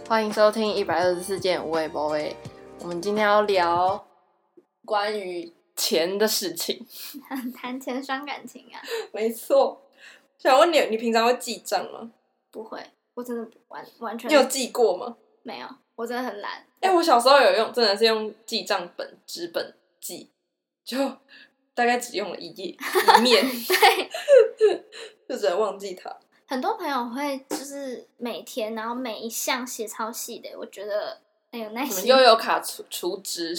欢迎收听124件无为不为。我们今天要聊关于钱的事情， 谈钱伤感情啊。 没错。想问你，你平常会记账吗？ 不会，我真的完全。 你有记过吗？ 没有，我真的很懒。 我小时候有用，真的是用记账本纸本记，就大概只用了一面， 对， 就只能忘记它。 很多朋友会就是每天，然后每一项写超细的，我觉得很有耐心。 悠游卡储值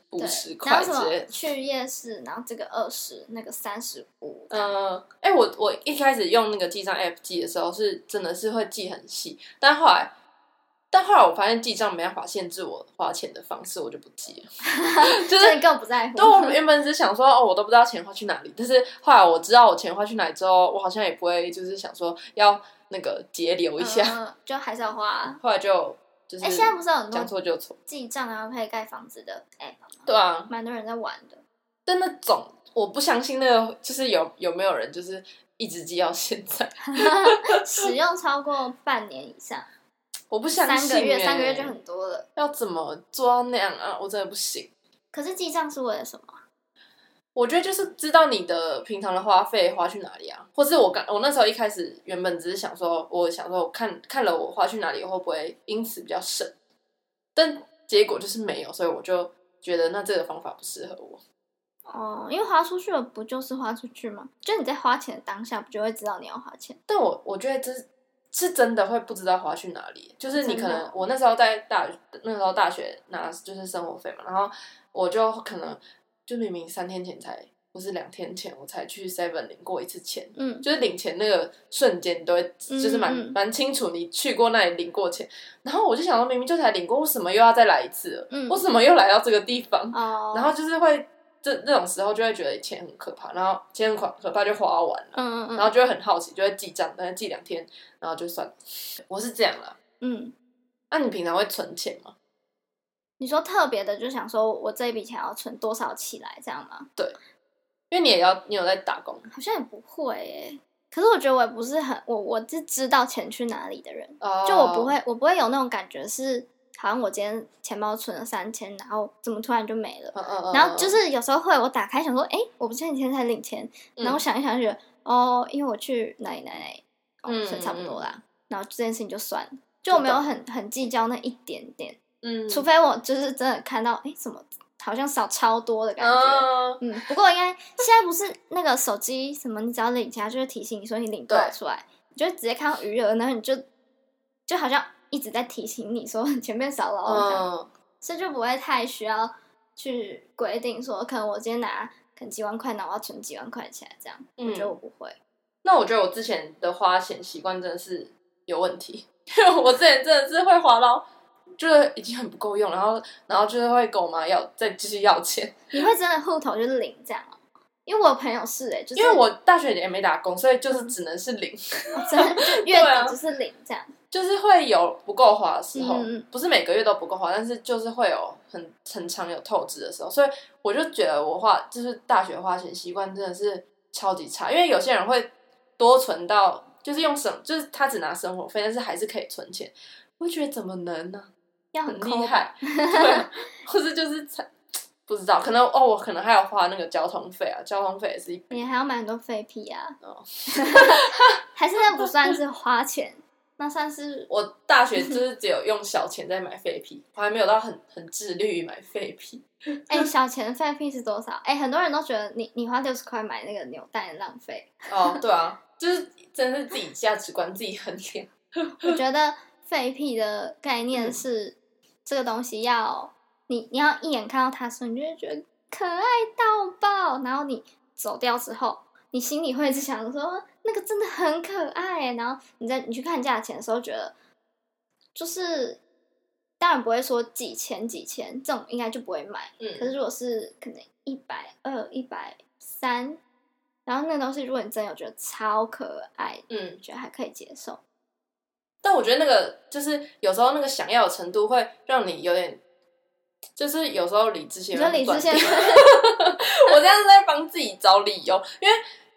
50块之类的， 去夜市，然后这个20，那个35。 我一开始用那个记账 app 记的时候，是真的是会记很细，但后来我发现记账没办法限制我花钱的方式，我就不记了。 就是你根本不在乎。 对，我原本是想说，我都不知道钱花去哪里，但是后来我知道我钱花去哪里之后，我好像也不会就是想说要那个节流一下， 就还是要花。 后来就是现在不是有很多讲错就错记账然后可以盖房子的 app 吗？ 对啊， 蛮多人在玩的。 但那种我不相信那个就是有没有人就是一直记到现在， 使用超过半年以上。 我不相信 3个月就很多了。 要怎么做到那样啊？我真的不行。 可是记账是为了什么？ 我觉得就是知道你的平常的花费花去哪里啊，或是我那时候一开始原本只是想说，我看了我花去哪里，会不会因此比较省？但结果就是没有，所以我就觉得那这个方法不适合我。 因为花出去了不就是花出去吗？就你在花钱的当下，不就会知道你要花钱？ 但我觉得这是真的会不知道花去哪里，就是你可能我那时候大学拿就是生活费嘛，然后我就可能就明明3天前或是2天前我才去 7 领过一次钱，就是领钱那个瞬间你都会就是蛮清楚你去过那里领过钱，然后我就想说明明就才领过，为什么又要再来一次了？为什么又来到这个地方？然后就是会这种时候就会觉得钱很可怕，然后钱很可怕就花完了，然后就会很好奇，就会记账，但是记2天，然后就算了。我是这样啦。那你平常会存钱吗？ 你说特别的，就想说我这一笔钱要存多少起来，这样吗？ 对，因为你有在打工， 好像也不会耶。可是我觉得我也不是我是知道钱去哪里的人，就我不会有那种感觉是。好像我今天钱包存了3000，然后怎么突然就没了？然后就是有时候会，我打开想说，我不是前几天才领钱，然后我想一想就觉得，因为我去哪里，所以差不多啦。然后这件事情就算了，就我没有很计较那一点点，除非我就是真的看到，怎么好像少超多的感觉，不过应该现在不是那个手机什么，你只要领钱，它就会提醒你说你领多少出来，你就直接看到余额，然后你就好像。一直在提醒你说前面少了所以就不会太需要去规定说，可能我今天拿可能几万块，那我要存几万块起来这样。我觉得我不会。 那我觉得我之前的花钱习惯真的是有问题，因为我之前真的是会花到就是已经很不够用，然后就是会跟我妈再继续要钱。 你会真的户头就是领这样哦？因为我有朋友是就是因为我大学也没打工，所以就是只能是领， 真的就月底就是领这样。 就是会有不够花的时候，不是每个月都不够花，但是就是会有很常有透支的时候，所以我就觉得就是大学花钱习惯真的是超级差，因为有些人会多存到就是就是他只拿生活费，但是还是可以存钱，我就觉得怎么能呢？ 要很厉害，对，或是就是不知道，可能我可能还有花那个交通费啊，交通费也是你还要买很多废屁啊，还是那不算是花钱。那算是我大学就是只有用小钱在买废屁，我还没有到很自律买废屁。 小钱废屁是多少？很多人都觉得你花60块买那个扭蛋浪费。 对啊，就是真是自己价值观自己衡量。 我觉得废屁的概念是，这个东西你要一眼看到它的时候，你就会觉得可爱到爆，然后你走掉之后，你心里会一直想说。那个真的很可爱，然后你去看价钱的时候，觉得就是当然不会说几千这种应该就不会买，可是如果是可能120、130，然后那东西如果你真的有觉得超可爱，觉得还可以接受。 但我觉得那个就是有时候那个想要的程度会让你有点，就是有时候理智线会断掉。我这样是在帮自己找理由，因为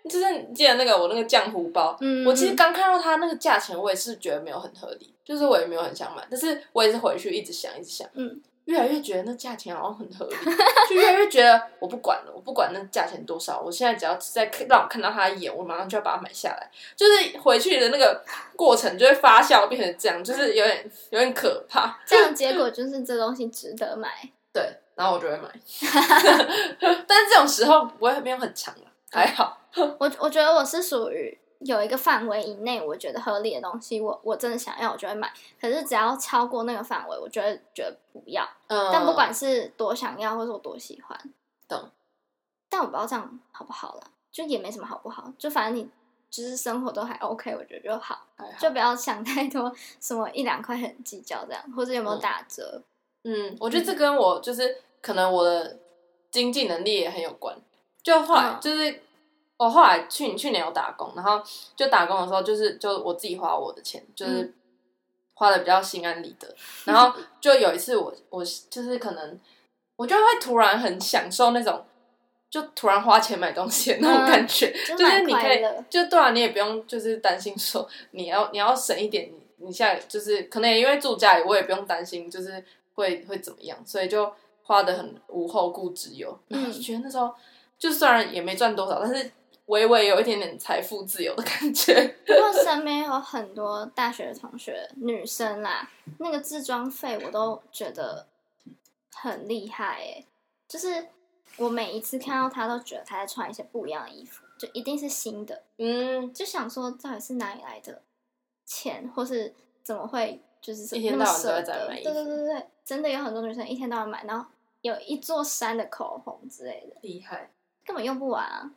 就是你记得那个我那个浆糊包，我其实刚看到它那个价钱，我也是觉得没有很合理，就是我也没有很想买，但是我也是回去一直想，越来越觉得那价钱好像很合理，就越来越觉得我不管了，我不管那价钱多少，我现在只要再让我看到它一眼，我马上就要把它买下来。就是回去的那个过程就会发酵变成这样，就是有点可怕。 这样结果就是这东西值得买。 对，然后我就会买，但是这种时候没有很长了，还好。 我觉得我是属于有一个范围以内，我觉得合理的东西我真的想要，我就会买。可是只要超过那个范围，我觉得不要。但不管是多想要，或是我多喜欢， 懂。 但我不知道这样好不好啦，就也没什么好不好，就反正你就是生活都还 OK， 我觉得就好，就不要想太多，什么1-2块很计较这样，或者有没有打折。 我觉得这跟我就是可能我的经济能力也很有关。就后来就是我后来去年有打工，然后就打工的时候就我自己花我的钱，就是花的比较心安理得。然后就有一次我就是可能我就会突然很享受那种就突然花钱买东西的那种感觉，就是你可以就对啊，你也不用就是担心说你要省一点，你现在就是可能也因为住家里，我也不用担心就是会怎么样，所以就花得很无后顾之忧。觉得那时候就虽然也没赚多少，但是微微有一点点财富自由的感觉。 不过身边有很多大学的同学，女生啦，那个置装费我都觉得很厉害欸。就是我每一次看到她，都觉得她在穿一些不一样的衣服，就一定是新的。就想说到底是哪里来的钱，或是怎么会就是那么舍得？对，真的有很多女生一天到晚买，然后有一座山的口红之类的， 厉害， 根本用不完啊。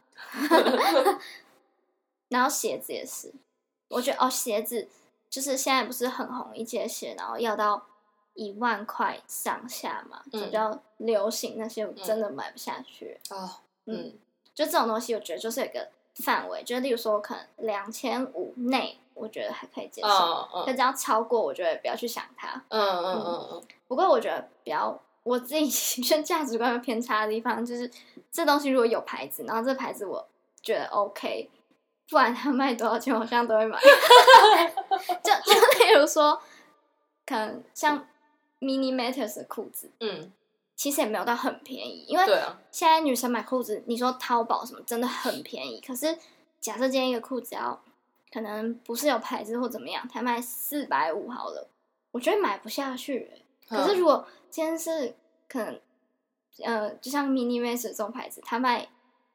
然后鞋子也是，我觉得鞋子就是现在不是很红一阶鞋，然后要到1万块上下嘛，就比较流行那些，我真的买不下去。就这种东西，我觉得就是有一个范围，就例如说可能2500内，我觉得还可以接受。可只要超过，我觉得不要去想它。不过我觉得比较我自己跟价值观偏差的地方，就是这东西如果有牌子，然后这牌子我觉得 OK， 不然它卖多少钱，我好像都会买。就例如说，可能像 Mini Matters 的裤子，其实也没有到很便宜，因为现在女生买裤子，你说淘宝什么真的很便宜，可是假设今天一个裤子要可能不是有牌子或怎么样，才卖450好了，我觉得买不下去可是如果今天是可能就像 Mini Matters 这种牌子，它卖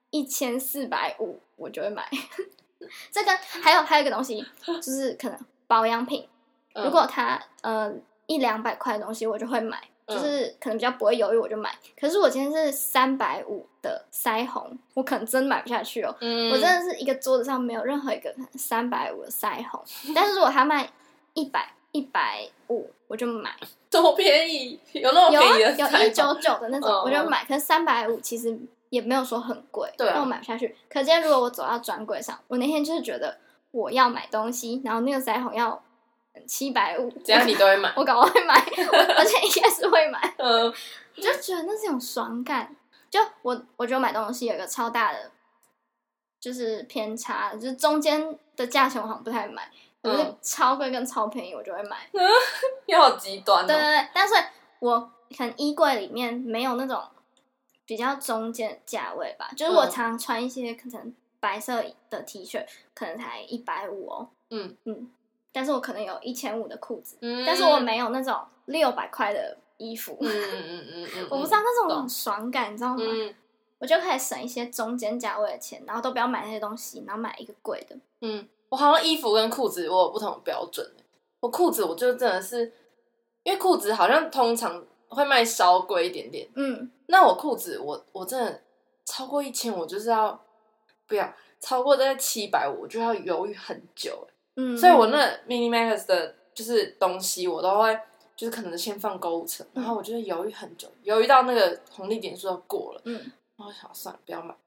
1450，我就会买。这个还有一个东西，就是可能保养品，如果它100-200块的东西，我就会买。就是可能比较不会犹豫，我就买。可是我今天是350的腮红，我可能真买不下去哦。我真的是一个桌子上没有任何一个350的腮红，但是如果它卖100-150，我就买。 这么便宜？有那么便宜的？ 有199的那种，我就买。可是350其实也没有说很贵，但我买不下去。可今天如果我走到专柜上，我那天就是觉得我要买东西，然后那个腮红要750， 这样你都会买？ 我搞不好会买，而且应该是会买。我就觉得那是一种爽感。就我觉得买东西有一个超大的就是偏差，就是中间的价钱我好像不太买，可是超贵跟超便宜我就会买。 你好极端哦。 对，但是我可能衣柜里面没有那种比较中间的价位吧，就是我常穿一些可能白色的 T 恤，可能才150哦。但是我可能有1500的裤子，但是我没有那种600块的衣服。我不知道那种爽感，你知道吗？我就可以省一些中间价位的钱，然后都不要买那些东西，然后买一个贵的。 我好像衣服跟裤子我有不同的标准。我裤子我就真的是，因为裤子好像通常会卖稍贵一点点。那我裤子我真的超过1000，我就是要不要超过在750，我就要犹豫很久。所以我那 Mini Matters 的就是东西，我都会就是可能先放购物车，然后我就会犹豫很久，犹豫到那个红利点数要过了，然后我想算了，不要买，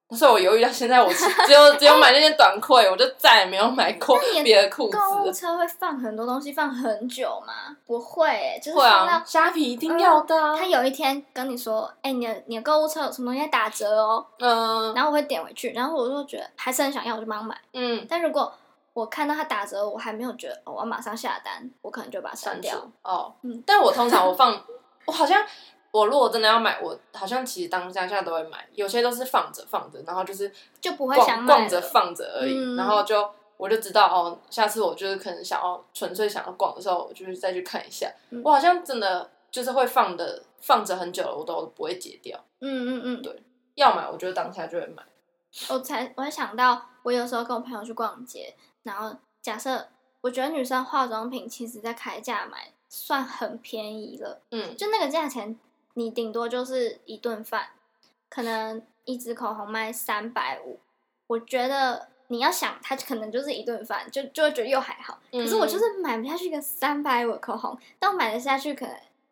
所以我犹豫到现在，我只有买那件短裤，我就再也没有买过别的裤子。 购物车会放很多东西，放很久吗？不会，就是会放到虾皮一定要的啊。 他有一天跟你说，你的购物车有什么东西在打折哦，然后我会点回去，然后我就觉得还是很想要，我就马上买。但如果我看到它打折，我还没有觉得我要马上下单，我可能就把它删掉。 但我通常我好像。我如果真的要买，我好像其实当下都会买，有些都是放着，然后就不会想买逛着放着而已，然后我就知道下次我就是可能纯粹想要逛的时候，我就是再去看一下。我好像真的就是会放着很久了，我都不会解掉。对，要买我就当下就会买。 我才想到，我有时候跟我朋友去逛街，然后假设我觉得女生化妆品其实在开价买算很便宜了，就那个价钱。你顶多就是一顿饭，可能一支口红卖350，我觉得你要想，它可能就是一顿饭，就会觉得又还好。可是我就是买不下去一个350的口红，但我买得下去可能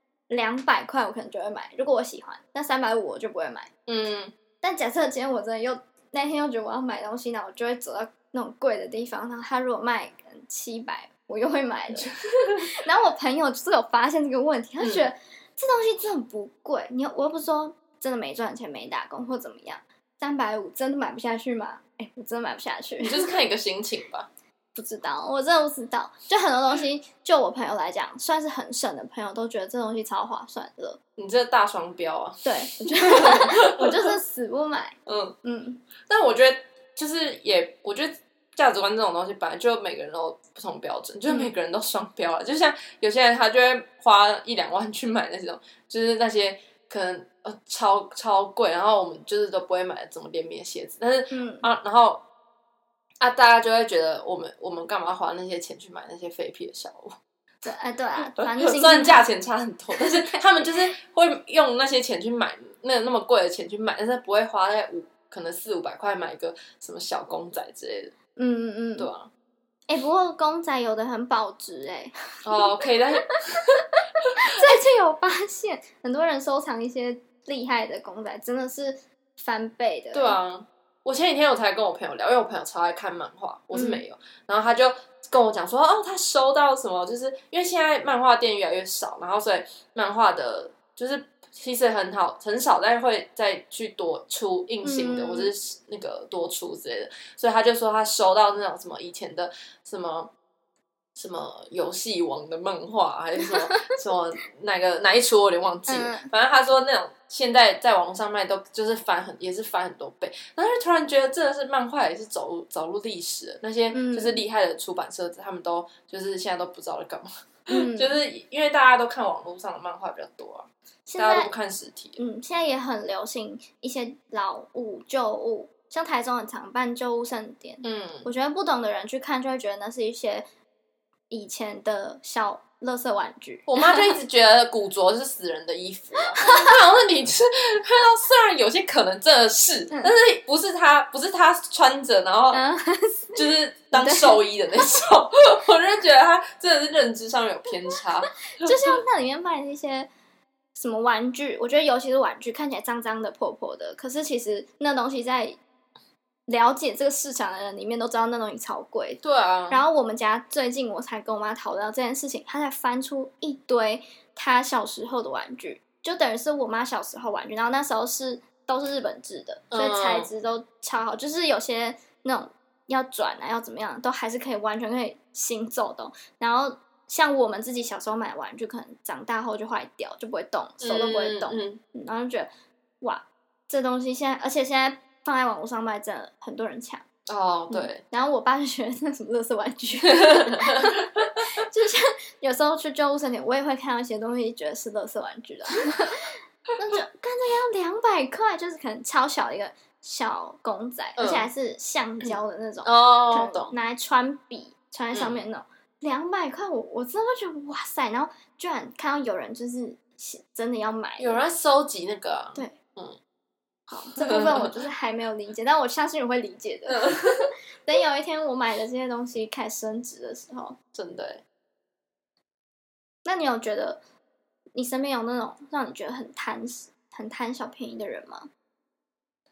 200块，我可能就会买。如果我喜欢，那350我就不会买。但假设今天我真的那天又觉得我要买东西，那我就会走到那种贵的地方，然后他如果卖700，我又会买了。然后我朋友就是有发现这个问题，他觉得。这东西真的不贵，我又不是说真的没赚钱没打工或怎么样，350真的买不下去吗？我真的买不下去。 你就是看一个心情吧。 不知道，我真的不知道。就很多东西，就我朋友来讲，算是很省的朋友都觉得这东西超划算的。 你这大双标啊！ 对，我就是死不买。 但我觉得就是我觉得。价值观这种东西本来就每个人都有不同标准，就是每个人都双标了。就像有些人他就会花1-2万去买那种，就是那些可能超贵，然后我们就是都不会买这种联名的鞋子。但是然后大家就会觉得我们干嘛花那些钱去买那些废屁的小物？ 对啊，反正虽然价钱差很多，但是他们就是会用那些钱去买那么贵的钱去买，但是不会花在可能400-500块买一个什么小公仔之类的。对啊。 不过公仔有的很保值可以，但是最近有发现很多人收藏一些厉害的公仔，真的是翻倍的。 对啊，我前几天我才跟我朋友聊，因为我朋友超爱看漫画，我是没有，然后他就跟我讲说，他收到什么，就是因为现在漫画店越来越少，然后所以漫画的就是其实很少，但是会再去多出硬性的，或者是那个多出之类的。所以他就说他收到那种什么以前的什么游戏王的漫画，还是什么哪一出我有点忘记了。反正他说那种现在在网上卖都就是也是翻很多倍。然后就突然觉得真的是漫画也是走入历史了，那些就是厉害的出版社，他们都就是现在都不知道在干嘛。就是因为大家都看网络上的漫画比较多啊，大家都不看实体。 现在也很流行一些老物旧物，像台中很常办旧物盛典。我觉得不懂的人去看就会觉得那是一些以前的小垃圾玩具。 我妈就一直觉得古着是死人的衣服啊。那问题是看到虽然有些可能真的是，但是不是他穿着然后就是当寿衣的那种。我就觉得他真的是认知上有偏差。 就像那里面卖的一些什么玩具，我觉得尤其是玩具看起来脏脏的破破的，可是其实那东西在了解这个市场的人里面都知道那东西超贵。 对啊。 然后我们家最近我才跟我妈讨论到这件事情，她才翻出一堆她小时候的玩具，就等于是我妈小时候玩具，然后那时候都是日本制的，所以材质都超好，就是有些那种要转啊要怎么样都还是可以完全可以行走的。然后像我们自己小时候买的玩具，可能长大后就坏掉，就不会动，手都不会动。然后就觉得哇，这东西而且现在放在网络上卖，真的很多人抢。 对。 然后我爸就觉得那什么垃圾玩具。就像有时候去旧物盛典，我也会看到一些东西，觉得是垃圾玩具的。那就看这个要200块，就是可能超小的一个小公仔，而且还是橡胶的那种。 懂。 拿来穿笔穿在上面那种，200块，我真的会觉得哇塞！然后居然看到有人就是真的要买， 有人收集那个。 对。好，这部分我就是还没有理解，但我相信我会理解的。等有一天我买的这些东西开始升值的时候， 真的。 那你有觉得你身边有那种让你觉得很贪小便宜的人吗？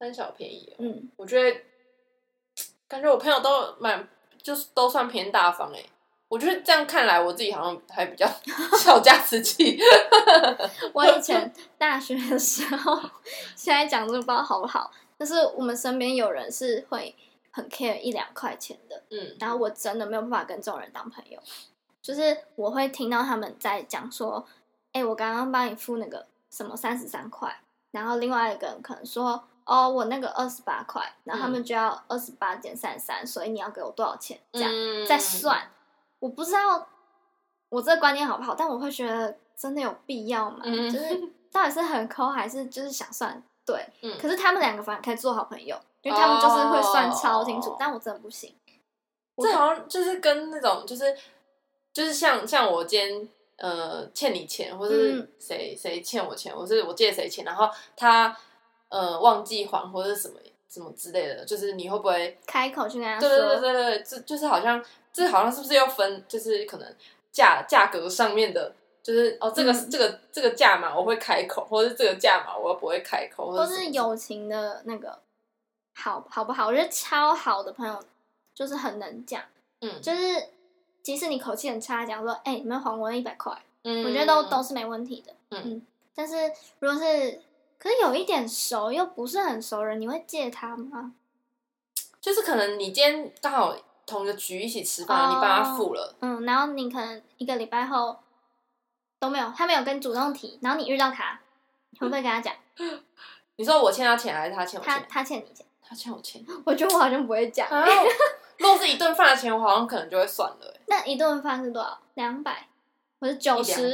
贪小便宜哦。 我觉得感觉我朋友都就是都算偏大方我觉得这样看来，我自己好像还比较小家子气。 我以前大学的时候，现在讲这个不知道好不好，但是我们身边有人是会很 care 1-2块钱的，然后我真的没有办法跟这种人当朋友。就是我会听到他们在讲说，我刚刚帮你付那个什么33块，然后另外一个人可能说，哦，我那个28块，然后他们就要28减33，所以你要给我多少钱？这样再算。我不知道我这个观念好不好，但我会觉得真的有必要吗？就是到底是很抠还是就是想算对？可是他们2个反而可以做好朋友，因为他们就是会算超清楚，但我真的不行。 这好像就是跟那种就是像我今天欠你钱，或是谁欠我钱，或是我借谁钱，然后他忘记还或者什么之类的，就是你会不会开口去跟他说？ 对，就是好像是不是又分，就是可能价格上面的，就是这个价码我会开口，或是这个价码我又不会开口， 或是友情的那个好不好？我觉得超好的朋友就是很能讲，就是即使你口气很差，讲说你们还我100块，我觉得都是没问题的，但是如果是可是有一点熟又不是很熟人，你会借他吗？ 就是可能你今天刚好同一个局一起吃饭，你帮他付了， 然后你可能1个礼拜后都没有，他没有跟主动提，然后你遇到他，你会不会跟他讲？ 你说我欠他钱还是他欠我钱？ 他欠你钱， 他欠我钱。 我觉得我好像不会讲。 如果是一顿饭的钱，我好像可能就会算了。 那一顿饭是多少？200，或者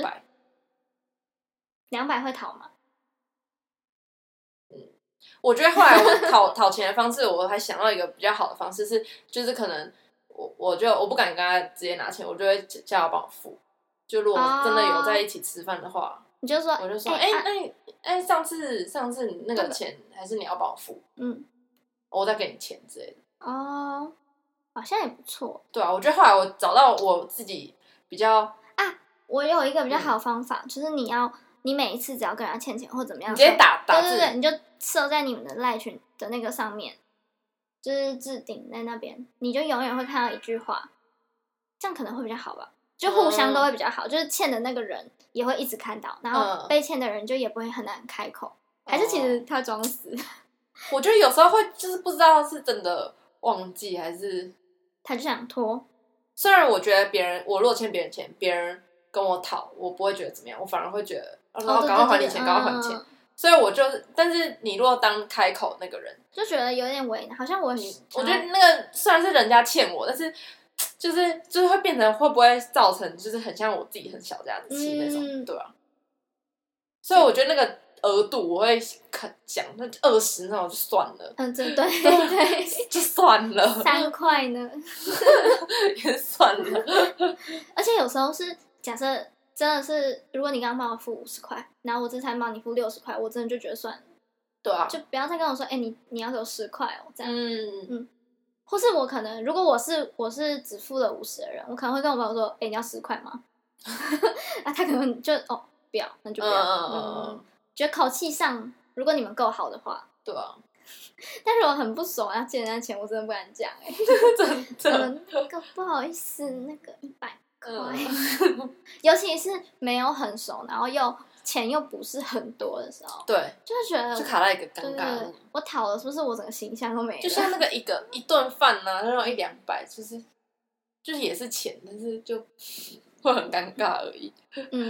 90？200会讨吗？ 我觉得后来我讨钱的方式，我还想到一个比较好的方式是，就是可能我不敢跟他直接拿钱，我就会叫他帮我付。就如果真的有在一起吃饭的话， 你就说， 我就说，上次你那个钱还是你要帮我付，我再给你钱之类的。 哦，好像也不错。 对啊，我觉得后来我找到我自己比较我有一个比较好的方法，就是你每一次只要跟人家欠钱或怎么样， 你直接打字， 对，你就设在你们的赖群的那个上面，就是置顶在那边，你就永远会看到一句话，这样可能会比较好吧，就互相都会比较好，就是欠的那个人也会一直看到，然后被欠的人就也不会很难开口，还是其实他装死？ 我觉得有时候会就是不知道是真的忘记还是他就想拖。 虽然我觉得我如果欠别人钱，别人跟我讨，我不会觉得怎么样，我反而会觉得然后赶快还你钱，赶快还钱。所以我就，但是你如果当开口那个人， 就觉得有点为难，好像我觉得那个虽然是人家欠我，但是就是会变成会不会造成就是很像我自己很小家子气那种，对啊。所以我觉得那个额度我会讲，那20那种就算了， 对， 就算了。 3块呢， 也算了。 而且有时候是假设。真的是，如果你刚刚帮我付50块，然后我这餐帮你付60块，我真的就觉得算了。 对啊， 就不要再跟我说，你要给我10块哦，这样。或是我可能，如果我是只付了50的人，我可能会跟我朋友说，你要10块吗？他可能就不要，那就不要。觉得口气上，如果你们够好的话， 对啊。 但是我很不熟，要借人家钱，我真的不敢讲真的。 那个不好意思，那个100块，尤其是没有很熟，然后钱又不是很多的时候， 对， 就会觉得就卡在一个尴尬。 我讨了是不是我整个形象都没了？ 就像那个一顿饭啊，那种100-200，就是也是钱，但是就会很尴尬而已。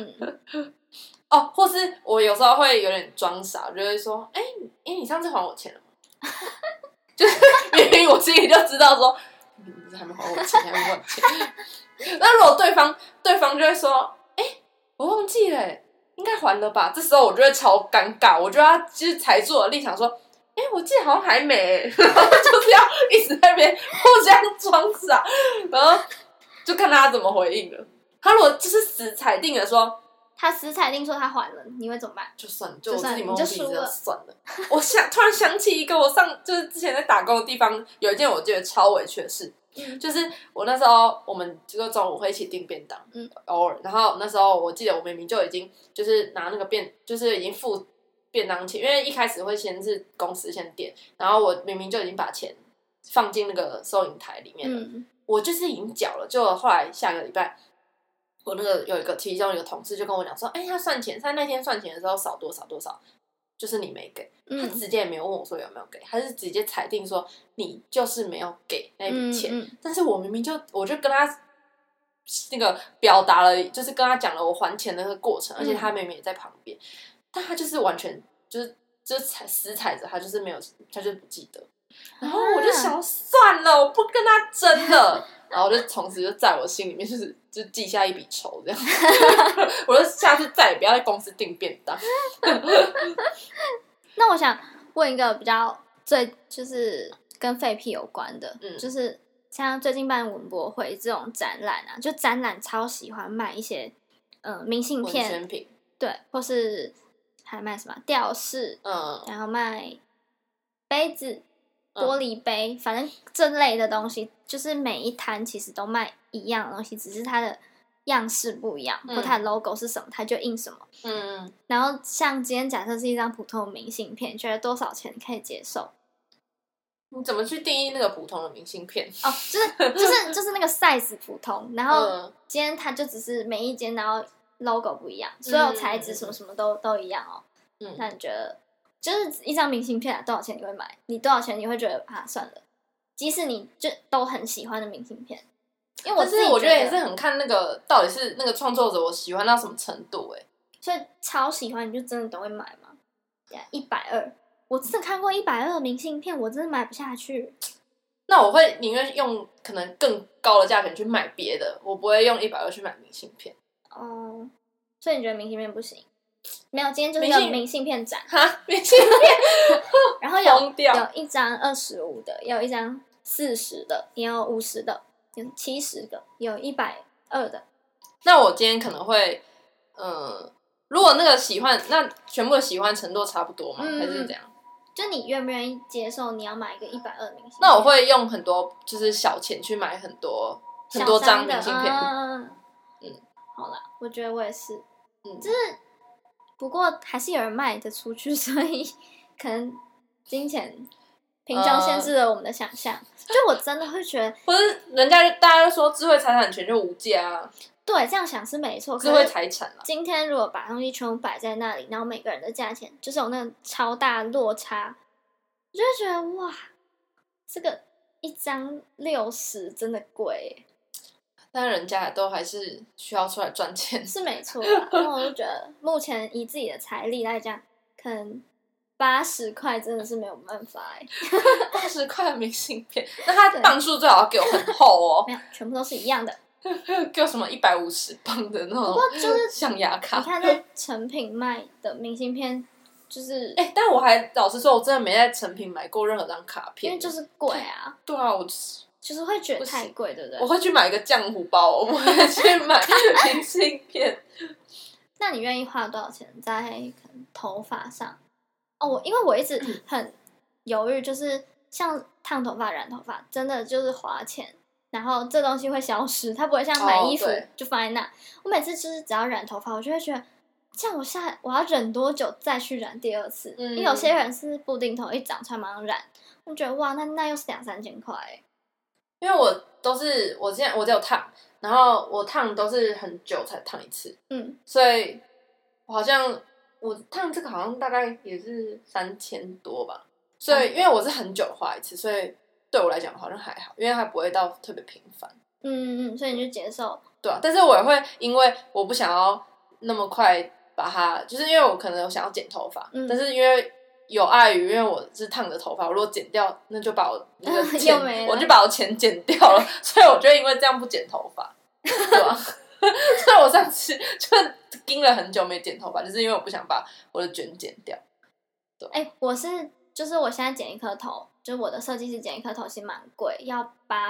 或是我有时候会有点装傻，就会说，你上次还我钱了吗？就是明明我心里就知道说，你还没还我钱，还没还我钱。那如果对方就会说，我忘记了，应该还了吧？这时候我就会超尴尬，我就要就是踩住我的立场说，我记得好像还没，然后就是要一直在那边互相装傻，然后就看他怎么回应了。他如果就是死踩定了说， 他死踩定说他还了，你会怎么办？ 就算了，就我自己蒙蔽着算了。我突然想起一个我就是之前在打工的地方有一件我觉得超委屈的事。就是我那时候我们这个中午会一起订便当，偶尔，然后那时候我记得我明明就已经就是拿那个就是已经付便当钱，因为一开始会先是公司先垫，然后我明明就已经把钱放进那个收银台里面了，我就是已经缴了，就后来下个礼拜。我那个其中一个同事就跟我讲说，他算钱，他那天算钱的时候少多少多少，就是你没给，他直接也没有问我说有没有给，他是直接裁定说你就是没有给那笔钱，但是我明明我就跟他那个表达了，就是跟他讲了我还钱的那个过程，而且他明明也在旁边，但他就是完全就是死踩着，他就是没有，他就是不记得，然后我就想算了，我不跟他争了。然后我就从此就在我心里面就记下一笔仇这样，我就下次再也不要在公司订便当。 那我想问一个比较就是跟废屁有关的，就是像最近办文博会这种展览啊，就展览超喜欢卖一些明信片、 文宣品， 对，或是还卖什么吊饰，然后卖杯子。玻璃杯，反正这类的东西，就是每一摊其实都卖一样的东西，只是它的样式不一样，或它的 logo 是什么，它就印什么。然后像今天假设是一张普通的明信片，觉得多少钱可以接受？ 你怎么去定义那个普通的明信片？ 哦，就是那个 size 普通，然后今天它就只是每一间，然后 logo 不一样，所有材质什么什么都一样哦。那你觉得？就是一张明信片多少钱你会买？你多少钱你会觉得算了？即使你就都很喜欢的明信片，因为我觉得也是很看那个到底是那个创作者我喜欢到什么程度所以超喜欢你就真的都会买吗？120，我真的看过120的明信片，我真的买不下去。 那我会宁愿用可能更高的价钱去买别的，我不会用120去买明信片。 哦，所以你觉得明信片不行？没有，今天就是一个明信片展。 明信片， 然后有一张25的，也有一张40的，也有50的，有70的，有120的。 那我今天可能会，如果那个那全部的喜欢程度差不多吗？还是怎样？ 就你愿不愿意接受你要买一个120的明信片？ 那我会用很多就是小钱去买很多张明信片。 好啦，我觉得我也是，就是。不过还是有人卖得出去，所以可能金钱贫穷限制了我们的想象。就我真的会觉得， 或是大家都说智慧财产权就无价啊。 对，这样想是没错。 智慧财产啊。 今天如果把东西全部摆在那里，然后每个人的价钱就是有那种超大落差，我就会觉得哇，这个一张60真的贵。 但人家都还是需要出来赚钱， 是没错啦。那我就觉得，目前以自己的财力来讲，可能80块真的是没有办法 80块的明信片，那它磅数最好要给我很厚哦。 没有，全部都是一样的。 给我什么150磅的那种？ 不过就是象牙卡。 你看在成品卖的明信片，就是但我还老实说，我真的没在成品买过任何张卡片， 因为就是贵啊。 对啊，我就是会觉得太贵，对不对？ 我会去买一个浆糊包，我不会去买明信片。 那你愿意花多少钱在可能头发上？因为我一直很犹豫，就是像烫头发、染头发，真的就是花钱，然后这东西会消失，它不会像买衣服就放在那。我每次就是只要染头发，我就会觉得，这样我要忍多久再去染第二次？因为有些人是布丁头，一长出来马上染，我觉得哇，那又是2-3千块。 因为我只有烫，然后我烫都是很久才烫一次，所以我烫这个好像大概也是3000多吧，所以因为我是很久花一次，所以对我来讲好像还好，因为它不会到特别频繁。 所以你就接受。 对啊，但是我也会因为我不想要那么快把它，就是因为我可能想要剪头发，但是因为有碍于，因为我是烫着头发，我如果剪掉，那就把我那个钱，我就把我钱剪掉了，所以我就因为这样不剪头发，对吧？所以我上次就盯了很久没剪头发，就是因为我不想把我的卷剪掉。 对，就是我现在剪一颗头，就是我的设计师剪一颗头其实蛮贵，要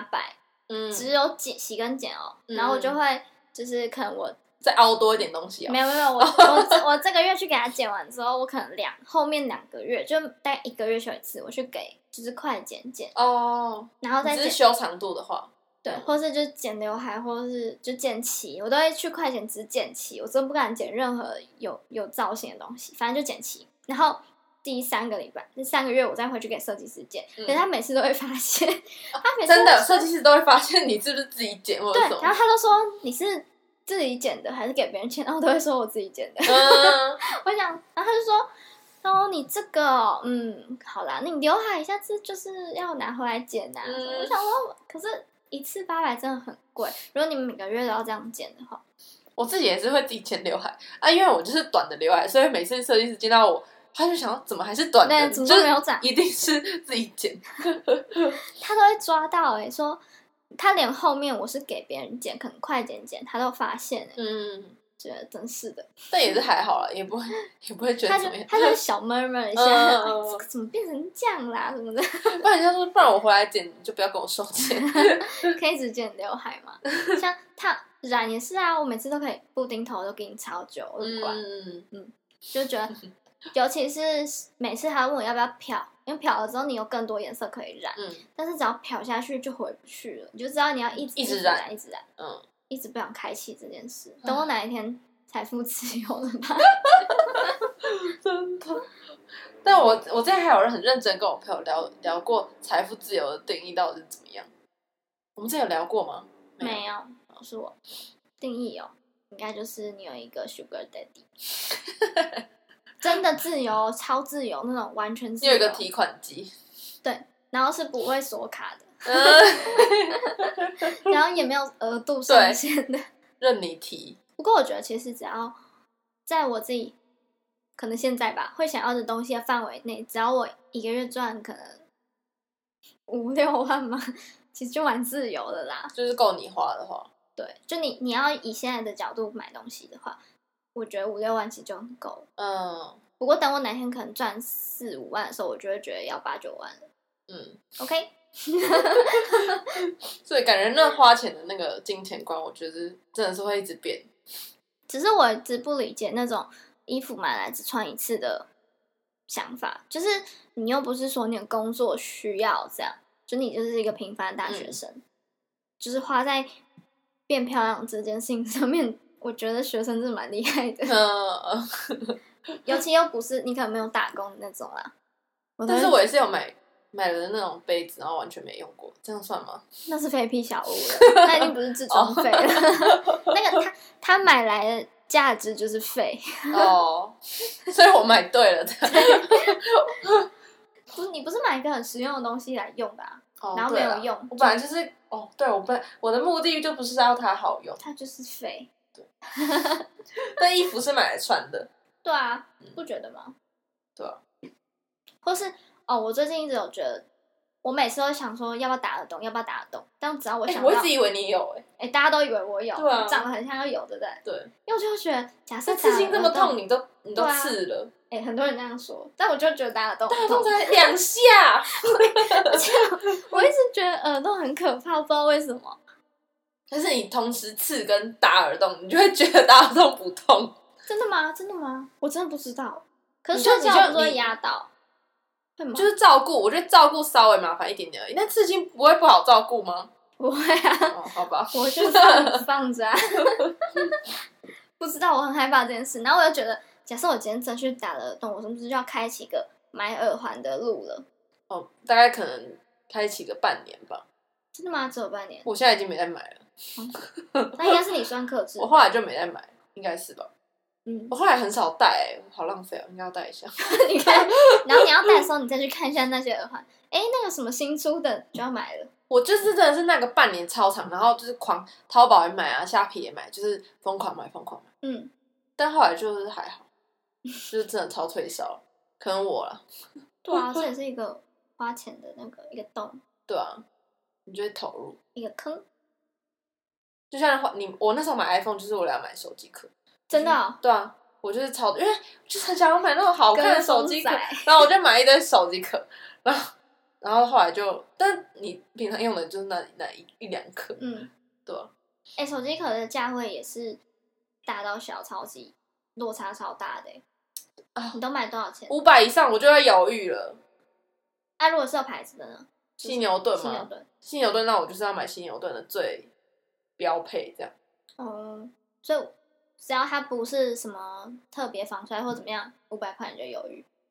800，只有洗跟剪哦，然后我就会就是可能我。 再凹多一点东西没有，我这个月去给他剪完之后，我可能后面2个月，就大概1个月修一次，我去给就是快剪哦， 然后再只是修长度的话， 对，或是就剪刘海，或是就剪齐，我都会去快剪只剪齐，我真不敢剪任何有造型的东西，反正就剪齐。 然后第3个礼拜、第3个月我再回去给设计师剪，可是他每次都会发现，他每次真的设计师都会发现你是不是自己剪或者什么。 对，然后他都说你是自己剪的还是给别人剪，然后我都会说我自己剪的。我想，然后他就说。哦，你这个好啦，你刘海下次就是要拿回来剪啊。我想说，可是一次800真的很贵，如果你们每个月都要这样剪的话， 我自己也是会自己剪刘海啊，因为我就是短的刘海，所以每次设计师见到我，他就想怎么还是短的， 对，怎么都没有长， 一定是自己剪。 他都会抓到说他连后面我是给别人剪，可能快剪，他都发现觉得真是的， 但也是还好啦，也不会觉得怎么样。 他就小 murmur 一下，这个怎么变成这样啦什么的。 不然人家说，不然我回来剪，你就不要跟我收钱。 可以只剪刘海嘛？像他染也是啊，我每次都可以布丁头都给你超久，我不管。就觉得，尤其是每次他问我要不要漂，因为漂了之后你有更多颜色可以染，但是只要漂下去就回不去了，你就知道你要一直染，一直不想开启这件事，等我哪一天财富自由了吧。 真的。但我之前还有很认真跟我朋友聊过财富自由的定义到底是怎么样。我们之前有聊过吗？ 没有，不是我定义应该就是你有一个 sugar daddy， 真的自由，超自由那种，完全自由。 你有一个提款机， 对，然后是不会锁卡的。然后也没有额度上限的， 任你提。 不过我觉得其实只要在我自己可能现在吧会想要的东西的范围内，只要我一个月赚可能5、6万嘛，其实就蛮自由的啦。 就是够你花的话， 对，就你要以现在的角度买东西的话，我觉得5、6万其实就很够了。不过等我哪天可能赚4、5万的时候，我就会觉得要8、9万了。OK。 所以感觉那花钱的那个金钱观，我觉得真的是会一直变。 只是我一直不理解那种衣服买来只穿一次的想法，就是你又不是说你的工作需要这样，就你就是一个平凡的大学生，就是花在变漂亮这件事情上面，我觉得学生真的蛮厉害的。尤其又不是你可能没有打工的那种啦。 但是我也是有买了那种杯子，然后完全没用过，这样算吗？ 那是废屁小物了，那已经不是自装费了。那个他买来的价值就是废。 所以我买对了。 你不是买一个很实用的东西来用的然后没有用。 我本来就是对，我的目的就不是要它好用， 它就是废。 对。但衣服是买来穿的。 对啊，不觉得吗？ 对啊。 或是我最近一直有觉得，我每次都想说要不要打得动，但只要我想到， 我一直以为你有大家都以为我有， 对啊， 长得很像要有，对不对？ 对。 因为我就觉得，假设刺青这么痛，你都刺了， 很多人这样说，但我就觉得打得动才2下， 而且我一直觉得耳洞很可怕，不知道为什么。 但是你同时刺跟打耳洞，你就会觉得打耳洞不痛。 真的吗？我真的不知道。可是睡觉不会压到， 就是照顾，我觉得照顾稍微麻烦一点点而已。那刺青不会不好照顾吗？ 不会啊。 好吧， 我就放着啊。不知道，我很害怕这件事。然后我就觉得，假设我今天真去打了耳洞，我是不是就要开启一个买耳环的路了？ 大概可能开启个半年吧。 真的吗？只有半年？ 我现在已经没在买了。 那应该是你算克制。 我后来就没在买，应该是吧。我后来很少戴，好浪费应该要戴一下。 你看，然后你要戴的时候，你再去看一下那些耳环。那个什么新出的就要买了。我就是真的是那个半年超长，然后就是狂淘宝也买啊，虾皮也买，就是疯狂买。但后来就是还好，就是真的超退烧，可能我啦。 对啊，这也是一个花钱的那个一个洞。 对啊，你就会投入一个坑。 就像我那时候买 iPhone， 就是为了要买手机壳。 真的对啊，我就是因为就是很想要买那种好看的手机壳，然后我就买一堆手机壳，然后后来就，但你平常用的就是那一两颗，对啊。 手机壳的价位也是大到小，超级落差超大的你都买多少钱 ？500以上我就会犹豫了。 如果是有牌子的呢？ 犀牛盾吗？犀牛盾，那我就是要买犀牛盾的最标配这样。 所以只要它不是什么特别防摔或怎么样，500块你就犹豫。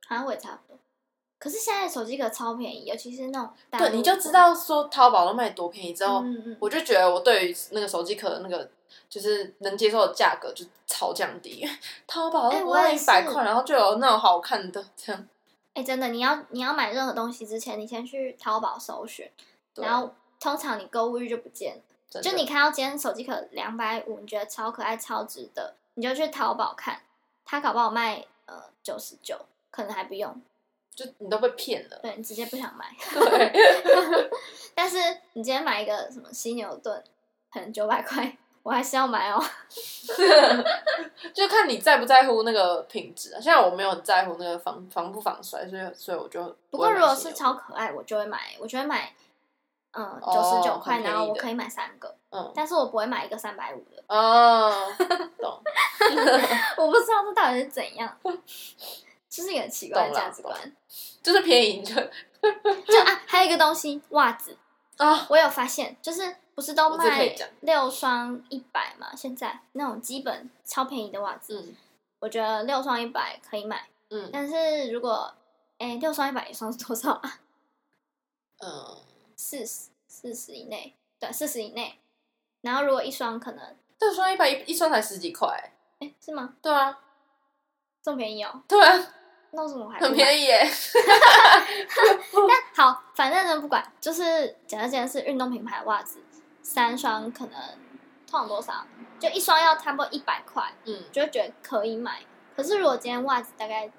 好像我也差不多。可是现在手机壳超便宜，尤其是那种大陆对，你就知道说淘宝都卖多便宜之后， 嗯我就觉得我对于那个手机壳的那个就是能接受的价格就超降低。淘宝都不到100块，然后就有那种好看的这样。 真的，你要买任何东西之前，你先去淘宝搜寻，然后通常你购物欲就不见了。就你看到今天手机壳250，你觉得超可爱、超值得，你就去淘宝看，它搞不好卖99，可能还不用。 就你都被骗了， 对，你直接不想买。 对， 但是你今天买一个什么犀牛盾，可能900块，我还是要买哦。 就看你在不在乎那个品质啊。现在我没有很在乎那个防不防摔，所以我就不过如果是超可爱，我就会买99块，然后我可以买3个。但是我不会买一个350的。 懂。 我不知道这到底是怎样。就是一个奇怪的价值观， 就是便宜就还有一个东西，袜子啊， 我有发现，就是不是都卖6双100嘛？现在那种基本超便宜的袜子，我觉得6双100可以买，但是如果6双100一双是多少啊？40以内，对，40以内。然后如果一双可能 6双100一双才10几块， 是吗？ 对啊， 这么便宜哦？ 对啊。 那为什么我还很便宜耶？ 但好，反正不管，就是假设今天是运动品牌袜子，3双可能通常多少？就一双要差不多100块，就会觉得可以买。可是如果今天袜子大概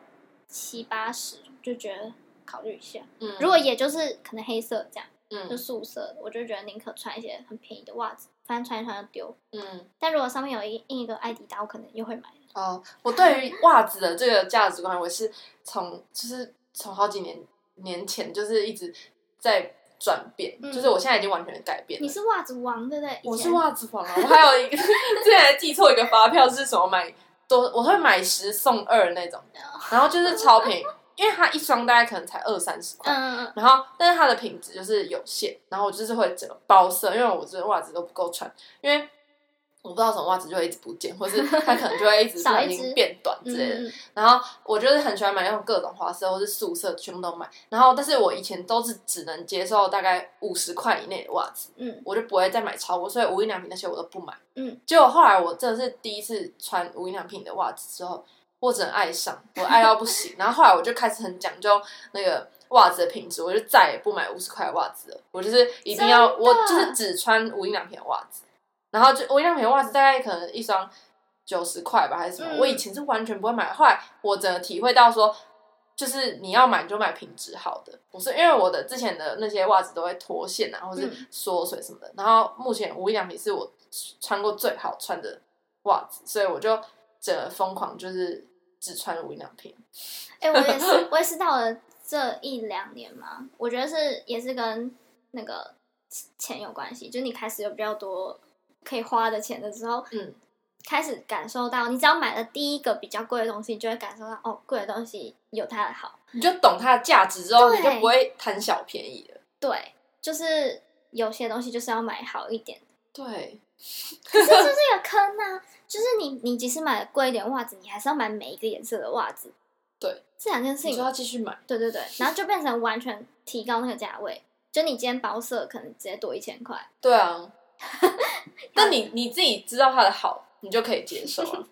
70、80，就觉得考虑一下。如果也就是可能黑色这样，就素色的，我就觉得宁可穿一些很便宜的袜子，反正穿一穿就丢。但如果上面有印一个艾迪达，我可能又会买。 我对于袜子的这个价值观，我是从好几年前就是一直在转变，就是我现在已经完全改变了。 你是袜子王对不对？ 我是袜子王啊！我还有一个之前还记错一个发票是什么我会买10送2那种，然后就是超便宜，因为它一双大概可能才20-30块，然后但是它的品质就是有限，然后我就是会整个包色，因为我这袜子都不够穿，因为我不知道什么袜子就会一直不见，或是它可能就会一直不小心变短之类的。然后我就是很喜欢买那种各种花色或是素色，全部都买。然后但是我以前都是只能接受大概50块以内的袜子，我就不会再买超过，所以无印良品那些我都不买。结果后来我真的是第一次穿无印良品的袜子之后，我真的爱上，我爱到不行。然后后来我就开始很讲究那个袜子的品质，我就再也不买50块的袜子了。我就是一定要，我就是只穿无印良品的袜子。然后就无印良品的袜子大概可能一双90块吧，还是什么？我以前是完全不会买，后来我整个体会到说，就是你要买就买品质好的，不是因为我的之前的那些袜子都会脱线啊，或是缩水什么的。然后目前无印良品是我穿过最好穿的袜子，所以我就整个疯狂就是只穿无印良品。 我也是到了这1-2年嘛，我觉得也是跟那个钱有关系，就是你开始有比较多可以花的钱的时候，开始感受到，你只要买了第一个比较贵的东西，你就会感受到贵的东西有它的好， 你就懂它的价值之后，你就不会贪小便宜了。 对，就是有些东西就是要买好一点。 对， 可是这是一个坑啊！就是你即使买了贵一点袜子，你还是要买每一个颜色的袜子。 对， 这2件事情你就要继续买。 对，然后就变成完全提高那个价位，就你今天包色可能直接多1000块。 对啊。那你自己知道它的好，你就可以接受啊。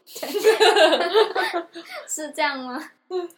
是这样吗？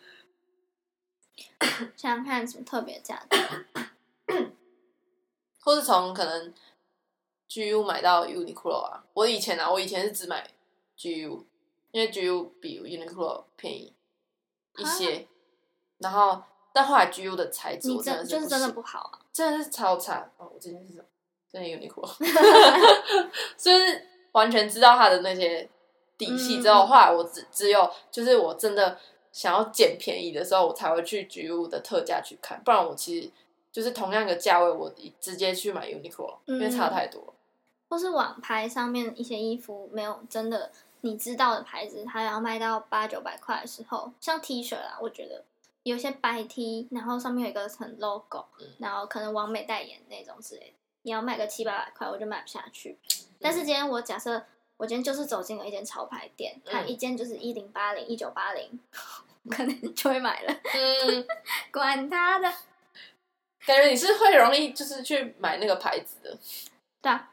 想想看什么特别价值， 或是从可能 GU 买到 Uniqlo 啊。我以前是只买 GU， 因为 GU 比 Uniqlo 便宜一些。然后但后来 GU 的材质我真的是就是真的不好啊， 真的是超差。我之前是什么？真的Uniqlo，就是完全知道它的那些底细之后，后来我只有就是我真的想要捡便宜的时候，我才会去 GU 的特价去看，不然我其实就是同样的价位，我直接去买 Uniqlo，因为差太多了。 或是网拍上面一些衣服没有真的你知道的牌子，它要卖到800-900块的时候，像 T 恤啦，我觉得有些白 T， 然后上面有一个很 logo，然后可能网美代言那种之类的，你要卖个700-800块，我就买不下去。但是今天假设我今天就是走进了一间潮牌店，它一件就是1080、1980， 可能就会买了。管他的。 感觉你是会容易就是去买那个牌子的。 对啊。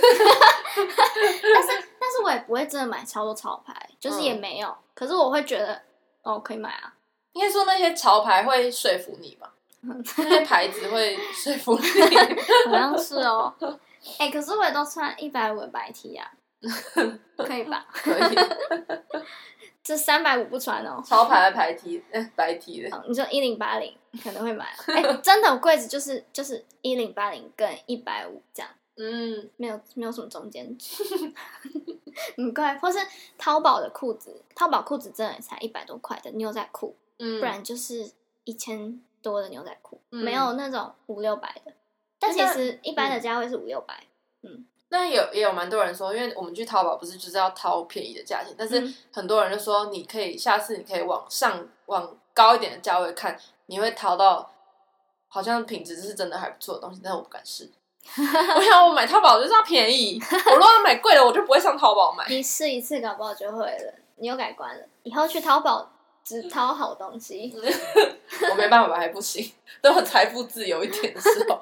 但是我也不会真的买超多潮牌，就是也没有。可是我会觉得可以买啊。 应该说那些潮牌会说服你吧？那些牌子会说服你。 好像是哦。可是我也都穿150的白 T 啊。可以吧？ 可以。 这350不穿哦。 潮牌的白 T 的。 你说1080可能会买。真的，我柜子就是1080跟150这样。没有什么中间值。很贵。或是淘宝的裤子，淘宝裤子真的才100多块的牛仔裤，不然就是1000多的牛仔裤，没有那种500-600的。但其实一般的价位是500-600。 那也有蛮多人说，因为我们去淘宝不是就是要掏便宜的价钱，但是很多人就说下次你可以往高一点的价位看，你会淘到好像品质是真的还不错的东西，但是我不敢试。我想我买淘宝就是要便宜，我如果要买贵的，我就不会上淘宝买。 你试一次，搞不好就会了。你又改观了，以后去淘宝只淘好东西。 我没办法，还不行。等我财富自由一点的时候。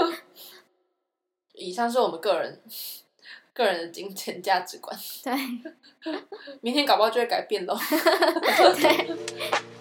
以上是我们个人的金钱价值观。 对。 明天搞不好就会改变咯。 对。